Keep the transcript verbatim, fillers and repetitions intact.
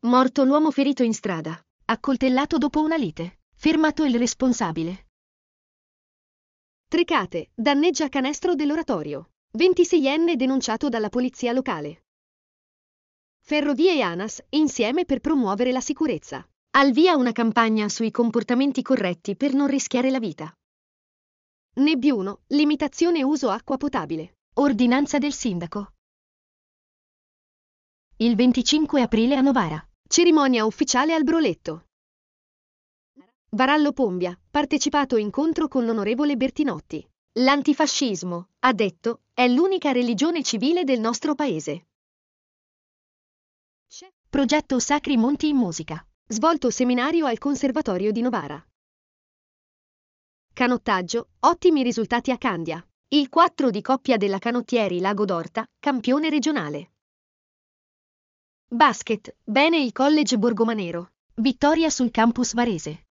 Morto l'uomo ferito in strada. Accoltellato dopo una lite. Fermato il responsabile. Trecate, danneggia canestro dell'oratorio. ventiseienne denunciato dalla polizia locale. Ferrovie e ANAS, insieme per promuovere la sicurezza. Al via una campagna sui comportamenti corretti per non rischiare la vita. Nebbiuno, limitazione uso acqua potabile. Ordinanza del sindaco. Il venticinque aprile a Novara. Cerimonia ufficiale al Broletto. Varallo Pombia, partecipato incontro con l'onorevole Bertinotti. L'antifascismo, ha detto, è l'unica religione civile del nostro paese. Progetto Sacri Monti in Musica. Svolto seminario al Conservatorio di Novara. Canottaggio, ottimi risultati a Candia. Il quattro di coppia della Canottieri Lago d'Orta, campione regionale. Basket, bene il College Borgomanero. Vittoria sul campus varese.